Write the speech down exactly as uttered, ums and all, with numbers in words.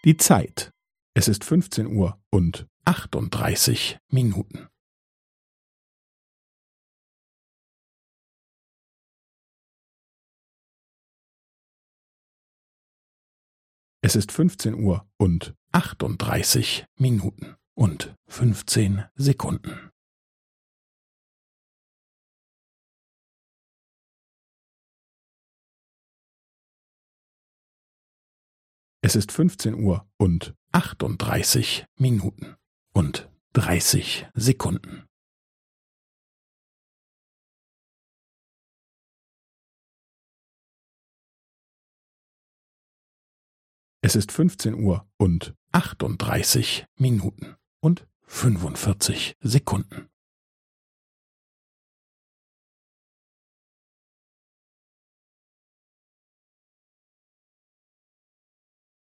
Die Zeit. Es ist fünfzehn Uhr und achtunddreißig Minuten. Es ist fünfzehn Uhr und achtunddreißig Minuten und fünfzehn Sekunden. Es ist fünfzehn Uhr und achtunddreißig Minuten und dreißig Sekunden. Es ist fünfzehn Uhr und achtunddreißig Minuten und fünfundvierzig Sekunden.